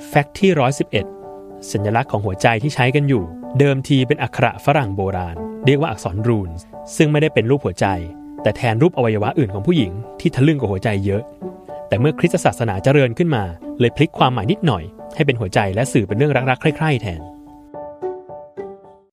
แฟกต์ที่111สัญลักษณ์ของหัวใจที่ใช้กันอยู่เดิมทีเป็นอักขระฝรั่งโบราณเรียกว่าอักษรรูนส์ซึ่งไม่ได้เป็นรูปหัวใจแต่แทนรูปอวัยวะอื่นของผู้หญิงที่ทะลึ่งกว่าหัวใจเยอะแต่เมื่อคริสตศาสนาเจริญขึ้นมาเลยพลิกความหมายนิดหน่อยให้เป็นหัวใจและสื่อเป็นเรื่องรักๆใคร่ๆแทน